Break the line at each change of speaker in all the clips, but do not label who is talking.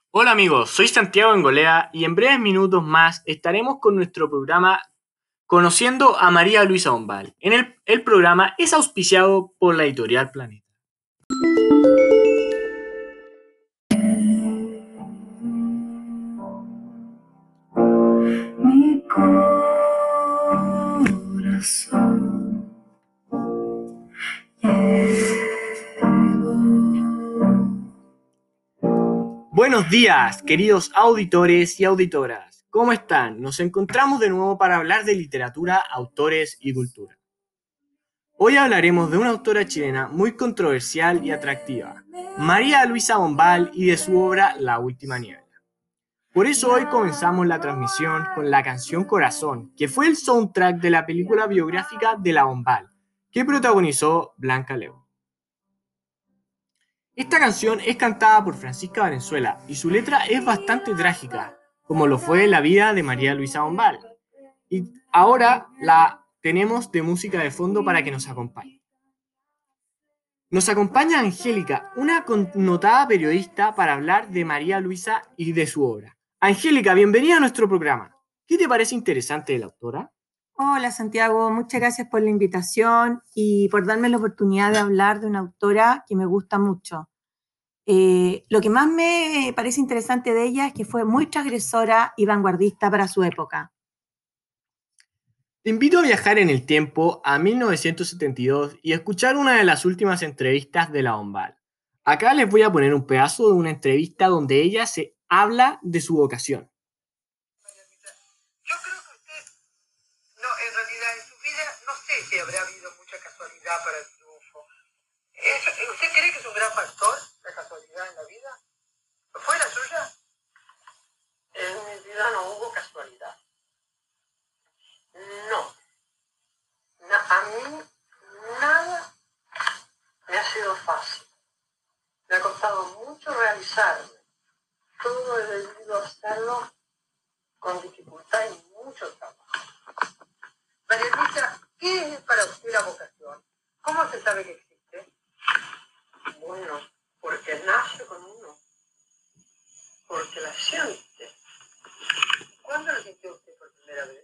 Hola amigos, soy Santiago Engolea y en breves minutos más estaremos con nuestro programa Conociendo a María Luisa Bombal. El programa es auspiciado por la editorial Planeta. Mi corazón Buenos días, queridos auditores y auditoras. ¿Cómo están? Nos encontramos de nuevo para hablar de literatura, autores y cultura. Hoy hablaremos de una autora chilena muy controversial y atractiva, María Luisa Bombal, y de su obra La Última Niebla. Por eso hoy comenzamos la transmisión con la canción Corazón, que fue el soundtrack de la película biográfica de La Bombal, que protagonizó Blanca León. Esta canción es cantada por Francisca Valenzuela y su letra es bastante trágica, como lo fue la vida de María Luisa Bombal. Y ahora la tenemos de música de fondo para que nos acompañe. Nos acompaña Angélica, una connotada periodista, para hablar de María Luisa y de su obra. Angélica, bienvenida a nuestro programa. ¿Qué te parece interesante de la autora?
Hola Santiago, muchas gracias por la invitación y por darme la oportunidad de hablar de una autora que me gusta mucho. Lo que más me parece interesante de ella es que fue muy transgresora y vanguardista para su época.
Te invito a viajar en el tiempo a 1972 y escuchar una de las últimas entrevistas de la Bombal. Acá les voy a poner un pedazo de una entrevista donde ella se habla de su vocación.
Yo creo que usted, no, en realidad en su vida, no sé si habrá habido mucha casualidad para el triunfo. ¿Usted cree que es un gran factor la casualidad en la vida? ¿Fue la suya? En mi vida no hubo casualidad. No. A mí nada me ha sido fácil. Me ha costado mucho realizarme. Todo he debido hacerlo con dificultad y mucho trabajo. María Luisa, ¿qué es para usted la vocación? ¿Cómo se sabe que existe? Bueno, porque nace con uno, porque la siente. ¿Cuándo la sintió usted por primera vez?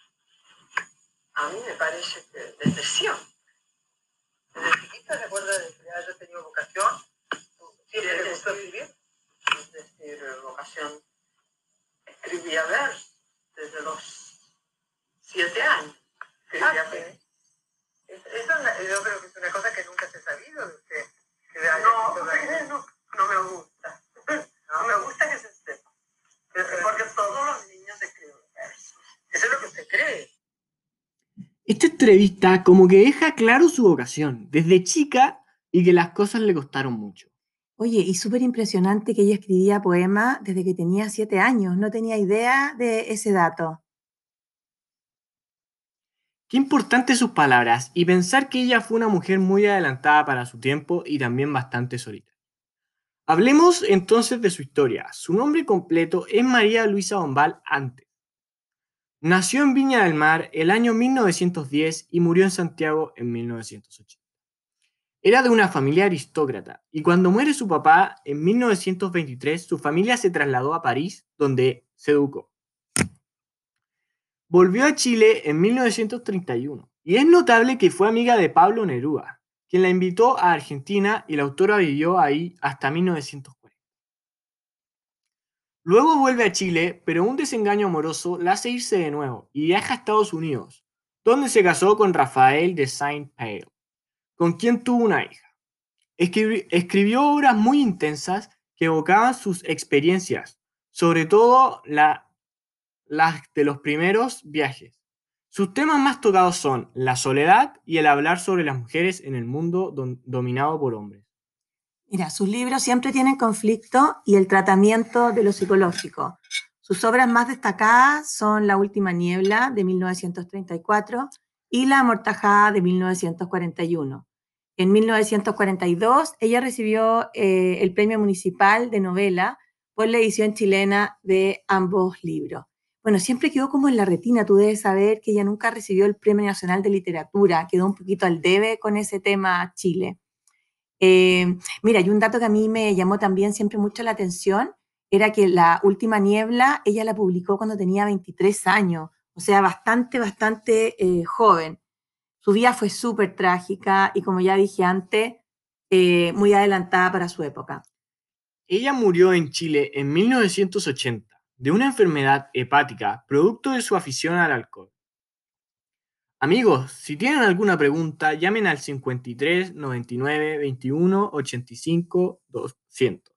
A mí me parece que desde siempre. Desde chiquita, ¿se acuerda de que haya tenido vocación? ¿Siempre le gustó escribir? Es decir, vocación. Escribía versos desde los 7 años. Escribía versos. Yo creo que es una cosa que nunca se ha sabido de usted. No me gusta. No me gusta que se sepa. Porque todos los niños escriben versos. Eso es lo que usted cree.
Esta entrevista como que deja claro su vocación desde chica y que las cosas le costaron mucho.
Oye, y súper impresionante que ella escribía poemas desde que tenía 7 años. No tenía idea de ese dato.
Qué importantes sus palabras y pensar que ella fue una mujer muy adelantada para su tiempo y también bastante solitaria. Hablemos entonces de su historia. Su nombre completo es María Luisa Bombal Antes. Nació en Viña del Mar el año 1910 y murió en Santiago en 1980. Era de una familia aristócrata y cuando muere su papá en 1923 su familia se trasladó a París donde se educó. Volvió a Chile en 1931 y es notable que fue amiga de Pablo Neruda, quien la invitó a Argentina y la autora vivió ahí hasta 1940. Luego vuelve a Chile, pero un desengaño amoroso la hace irse de nuevo y viaja a Estados Unidos, donde se casó con Rafael de Saint-Pale, con quien tuvo una hija. Escribió obras muy intensas que evocaban sus experiencias, sobre todo las de los primeros viajes. Sus temas más tocados son la soledad y el hablar sobre las mujeres en el mundo dominado por hombres.
Mira, sus libros siempre tienen conflicto y el tratamiento de lo psicológico. Sus obras más destacadas son La Última Niebla, de 1934, y La Amortajada, de 1941. En 1942, ella recibió el Premio Municipal de Novela por la edición chilena de ambos libros. Bueno, siempre quedó como en la retina. Tú debes saber que ella nunca recibió el Premio Nacional de Literatura. Quedó un poquito al debe con ese tema Chile. Mira, hay un dato que a mí me llamó también siempre mucho la atención, era que La Última Niebla, ella la publicó cuando tenía 23 años, o sea, bastante joven. Su vida fue súper trágica y, como ya dije antes, muy adelantada para su época.
Ella murió en Chile en 1980 de una enfermedad hepática producto de su afición al alcohol. Amigos, si tienen alguna pregunta, llamen al 53 99 21 85 200.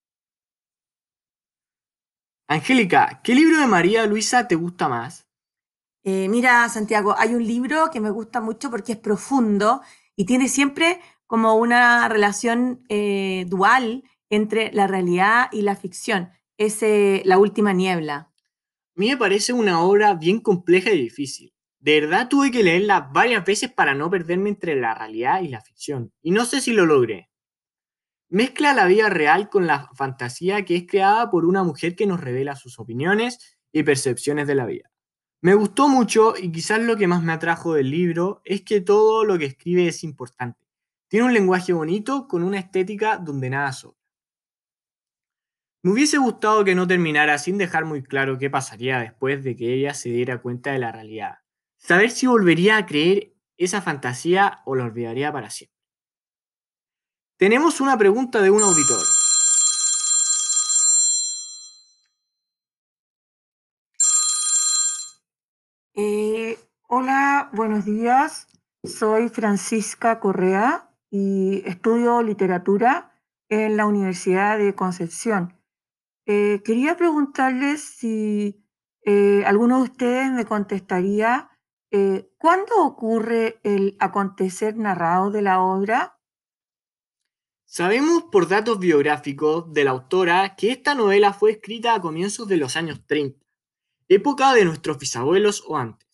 Angélica, ¿qué libro de María Luisa te gusta más?
Mira, Santiago, hay un libro que me gusta mucho porque es profundo y tiene siempre como una relación dual entre la realidad y la ficción. Es La Última Niebla.
A mí me parece una obra bien compleja y difícil. De verdad tuve que leerla varias veces para no perderme entre la realidad y la ficción. Y no sé si lo logré. Mezcla la vida real con la fantasía que es creada por una mujer que nos revela sus opiniones y percepciones de la vida. Me gustó mucho y quizás lo que más me atrajo del libro es que todo lo que escribe es importante. Tiene un lenguaje bonito con una estética donde nada sobra. Me hubiese gustado que no terminara sin dejar muy claro qué pasaría después de que ella se diera cuenta de la realidad. Saber si volvería a creer esa fantasía o la olvidaría para siempre. Tenemos una pregunta de un auditor.
Hola, buenos días. Soy Francisca Correa y estudio literatura en la Universidad de Concepción. Quería preguntarles si alguno de ustedes me contestaría ¿cuándo ocurre el acontecer narrado de la obra?
Sabemos por datos biográficos de la autora que esta novela fue escrita a comienzos de los años 30, época de nuestros bisabuelos o antes.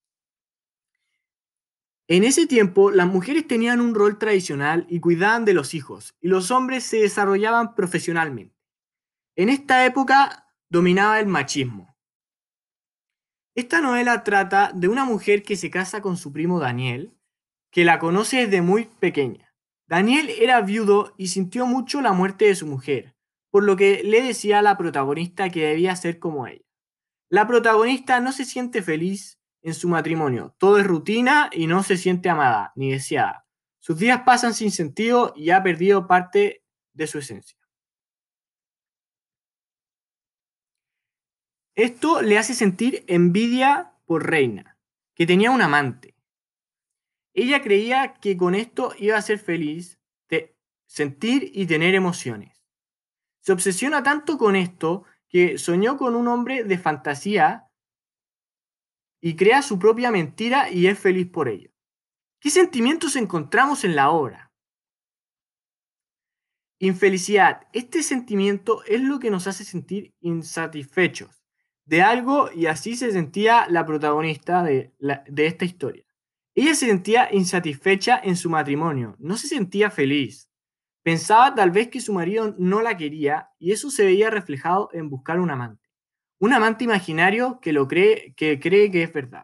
En ese tiempo, las mujeres tenían un rol tradicional y cuidaban de los hijos, y los hombres se desarrollaban profesionalmente. En esta época dominaba el machismo. Esta novela trata de una mujer que se casa con su primo Daniel, que la conoce desde muy pequeña. Daniel era viudo y sintió mucho la muerte de su mujer, por lo que le decía a la protagonista que debía ser como ella. La protagonista no se siente feliz en su matrimonio, todo es rutina y no se siente amada ni deseada. Sus días pasan sin sentido y ha perdido parte de su esencia. Esto le hace sentir envidia por Reina, que tenía un amante. Ella creía que con esto iba a ser feliz, de sentir y tener emociones. Se obsesiona tanto con esto que soñó con un hombre de fantasía y crea su propia mentira y es feliz por ello. ¿Qué sentimientos encontramos en la obra? Infelicidad. Este sentimiento es lo que nos hace sentir insatisfechos de algo y así se sentía la protagonista de esta historia. Ella se sentía insatisfecha en su matrimonio, no se sentía feliz. Pensaba tal vez que su marido no la quería y eso se veía reflejado en buscar un amante imaginario que cree que es verdad.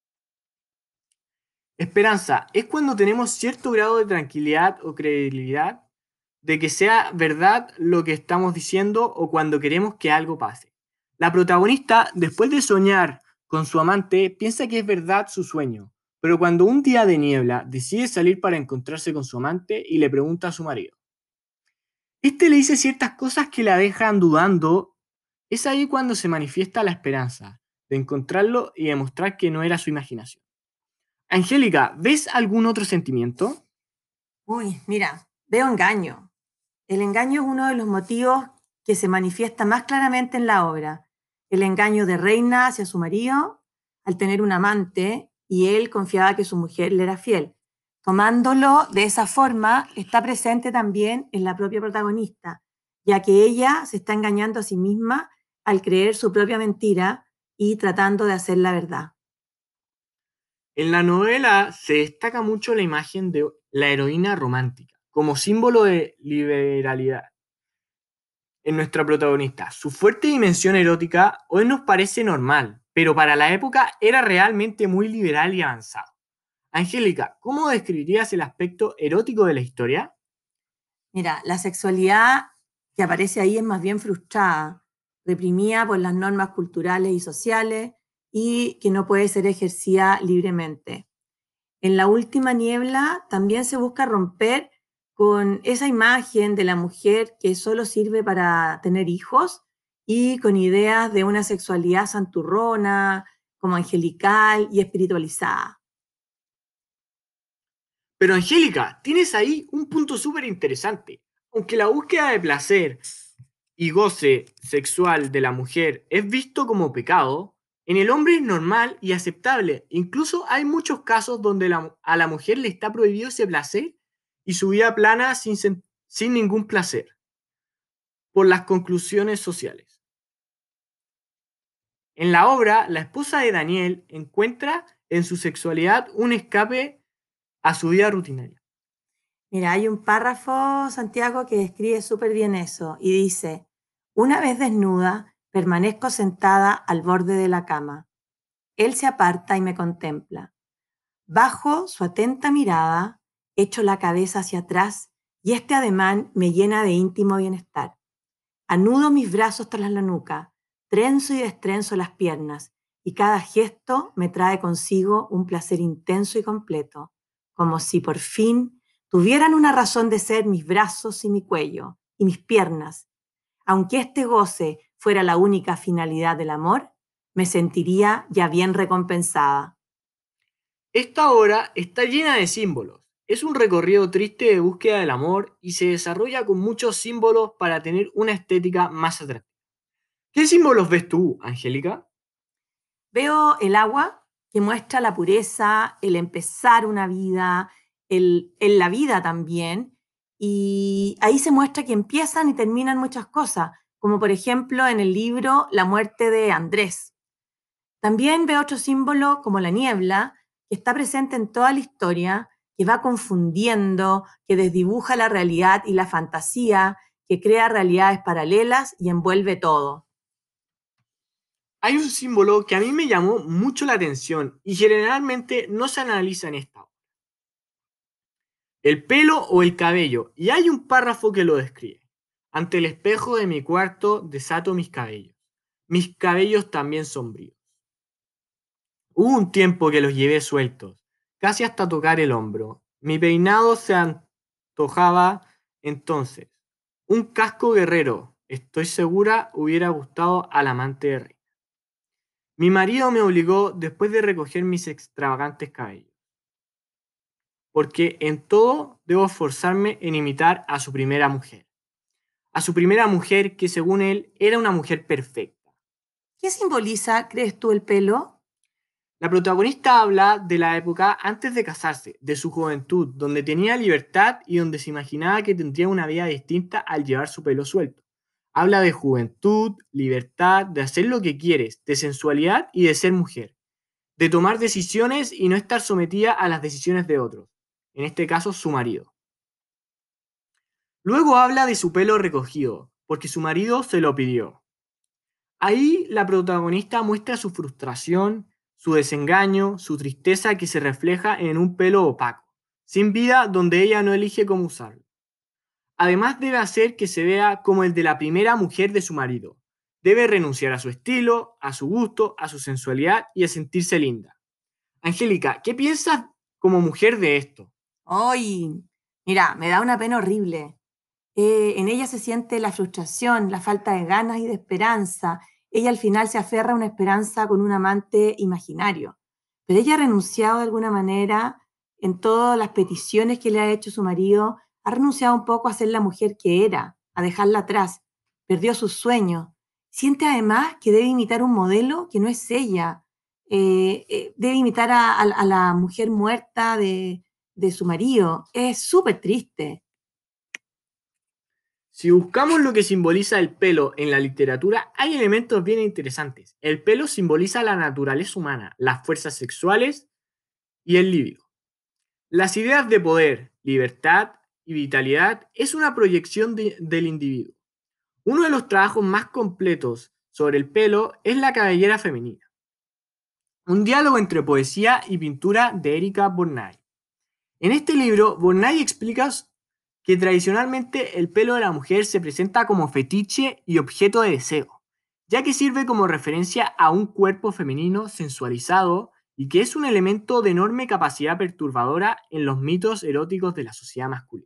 Esperanza es cuando tenemos cierto grado de tranquilidad o credibilidad de que sea verdad lo que estamos diciendo o cuando queremos que algo pase. La protagonista, después de soñar con su amante, piensa que es verdad su sueño, pero cuando un día de niebla decide salir para encontrarse con su amante y le pregunta a su marido. Este le dice ciertas cosas que la dejan dudando. Es ahí cuando se manifiesta la esperanza de encontrarlo y demostrar que no era su imaginación. Angélica, ¿ves algún otro sentimiento?
Uy, mira, veo engaño. El engaño es uno de los motivos que se manifiesta más claramente en la obra. El engaño de Reina hacia su marido al tener un amante y él confiaba que su mujer le era fiel. Tomándolo de esa forma, está presente también en la propia protagonista, ya que ella se está engañando a sí misma al creer su propia mentira y tratando de hacer la verdad.
En la novela se destaca mucho la imagen de la heroína romántica como símbolo de liberalidad en nuestra protagonista. Su fuerte dimensión erótica hoy nos parece normal, pero para la época era realmente muy liberal y avanzado. Angélica, ¿cómo describirías el aspecto erótico de la historia?
Mira, la sexualidad que aparece ahí es más bien frustrada. reprimida por las normas culturales y sociales y que no puede ser ejercida libremente. En La última niebla también se busca romper con esa imagen de la mujer que solo sirve para tener hijos y con ideas de una sexualidad santurrona, como angelical y espiritualizada.
Pero Angélica, tienes ahí un punto súper interesante. Aunque la búsqueda de placer y goce sexual de la mujer es visto como pecado, en el hombre es normal y aceptable. Incluso hay muchos casos donde a la mujer le está prohibido ese placer y su vida plana sin ningún placer, por las conclusiones sociales. En la obra, la esposa de Daniel encuentra en su sexualidad un escape a su vida rutinaria.
Mira, hay un párrafo, Santiago, que describe súper bien eso y dice, una vez desnuda, permanezco sentada al borde de la cama. Él se aparta y me contempla. Bajo su atenta mirada, echo la cabeza hacia atrás y este ademán me llena de íntimo bienestar. Anudo mis brazos tras la nuca, trenzo y destrenzo las piernas y cada gesto me trae consigo un placer intenso y completo, como si por fin tuvieran una razón de ser mis brazos y mi cuello y mis piernas. Aunque este goce fuera la única finalidad del amor, me sentiría ya bien recompensada.
Esta obra está llena de símbolos. Es un recorrido triste de búsqueda del amor y se desarrolla con muchos símbolos para tener una estética más atractiva. ¿Qué símbolos ves tú, Angélica?
Veo el agua que muestra la pureza, el empezar una vida, la vida también, y ahí se muestra que empiezan y terminan muchas cosas, como por ejemplo en el libro La muerte de Andrés. También veo otro símbolo como la niebla, que está presente en toda la historia, que va confundiendo, que desdibuja la realidad y la fantasía, que crea realidades paralelas y envuelve todo.
Hay un símbolo que a mí me llamó mucho la atención y generalmente no se analiza en esta obra. El pelo o el cabello, y hay un párrafo que lo describe. Ante el espejo de mi cuarto desato mis cabellos. Mis cabellos también sombríos. Hubo un tiempo que los llevé sueltos, casi hasta tocar el hombro. Mi peinado se antojaba entonces. Un casco guerrero, estoy segura, hubiera gustado al amante de rey. Mi marido me obligó después de recoger mis extravagantes cabellos, porque en todo debo esforzarme en imitar a su primera mujer. A su primera mujer que según él era una mujer perfecta.
¿Qué simboliza, crees tú, el pelo?
La protagonista habla de la época antes de casarse, de su juventud, donde tenía libertad y donde se imaginaba que tendría una vida distinta al llevar su pelo suelto. Habla de juventud, libertad, de hacer lo que quieres, de sensualidad y de ser mujer, de tomar decisiones y no estar sometida a las decisiones de otros, en este caso su marido. Luego habla de su pelo recogido, porque su marido se lo pidió. Ahí la protagonista muestra su frustración, su desengaño, su tristeza que se refleja en un pelo opaco, sin vida donde ella no elige cómo usarlo. Además debe hacer que se vea como el de la primera mujer de su marido. Debe renunciar a su estilo, a su gusto, a su sensualidad y a sentirse linda. Angélica, ¿qué piensas como mujer de esto?
Ay, mira, me da una pena horrible. En ella se siente la frustración, la falta de ganas y de esperanza. Ella al final se aferra a una esperanza con un amante imaginario. Pero ella ha renunciado de alguna manera en todas las peticiones que le ha hecho su marido, ha renunciado un poco a ser la mujer que era, a dejarla atrás. Perdió sus sueños. Siente además que debe imitar un modelo que no es ella. Debe imitar a la mujer muerta de su marido. Es súper triste.
Si buscamos lo que simboliza el pelo en la literatura, hay elementos bien interesantes. El pelo simboliza la naturaleza humana, las fuerzas sexuales y el líbido. Las ideas de poder, libertad y vitalidad es una proyección del individuo. Uno de los trabajos más completos sobre el pelo es la cabellera femenina, un diálogo entre poesía y pintura de Erika Bornay. En este libro, Bornay explica que tradicionalmente el pelo de la mujer se presenta como fetiche y objeto de deseo. ya que sirve como referencia a un cuerpo femenino sensualizado y que es un elemento de enorme capacidad perturbadora en los mitos eróticos de la sociedad masculina.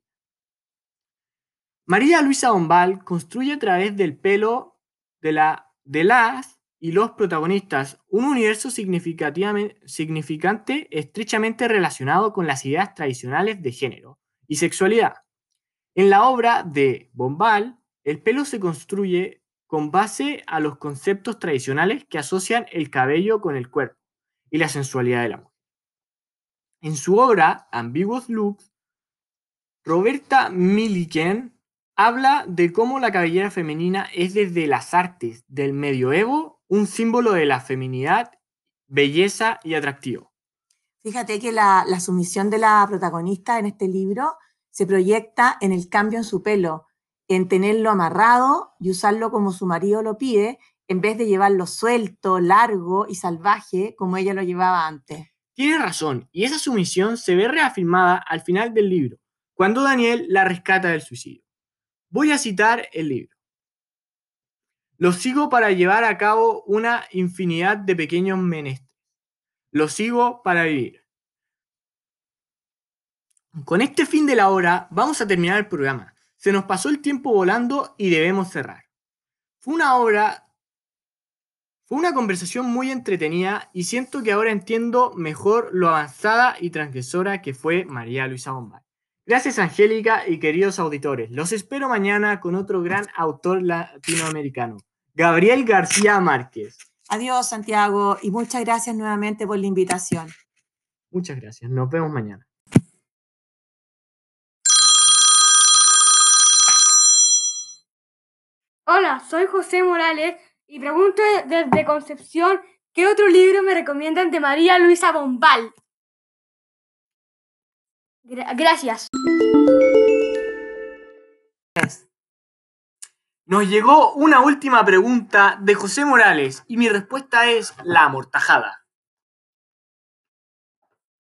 María Luisa Bombal construye a través del pelo de las y los protagonistas un universo significante estrechamente relacionado con las ideas tradicionales de género y sexualidad. En la obra de Bombal, el pelo se construye con base a los conceptos tradicionales que asocian el cabello con el cuerpo y la sensualidad de la mujer. En su obra Ambiguous Looks, Roberta Milliken habla de cómo la cabellera femenina es desde las artes del medioevo un símbolo de la feminidad, belleza y atractivo.
Fíjate que la sumisión de la protagonista en este libro se proyecta en el cambio en su pelo, en tenerlo amarrado y usarlo como su marido lo pide, en vez de llevarlo suelto, largo y salvaje como ella lo llevaba antes.
Tiene razón, y esa sumisión se ve reafirmada al final del libro, cuando Daniel la rescata del suicidio. Voy a citar el libro. Lo sigo para llevar a cabo una infinidad de pequeños menesteres. Lo sigo para vivir. Con este fin de la hora vamos a terminar el programa. Se nos pasó el tiempo volando y debemos cerrar. Fue una conversación muy entretenida y siento que ahora entiendo mejor lo avanzada y transgresora que fue María Luisa Bombal. Gracias, Angélica, y queridos auditores. Los espero mañana con otro gran autor latinoamericano, Gabriel García Márquez.
Adiós, Santiago, y muchas gracias nuevamente por la invitación.
Muchas gracias. Nos vemos mañana.
Hola, soy José Morales y pregunto desde Concepción, ¿qué otro libro me recomiendan de María Luisa Bombal? Gracias.
Nos llegó una última pregunta de José Morales y mi respuesta es la amortajada.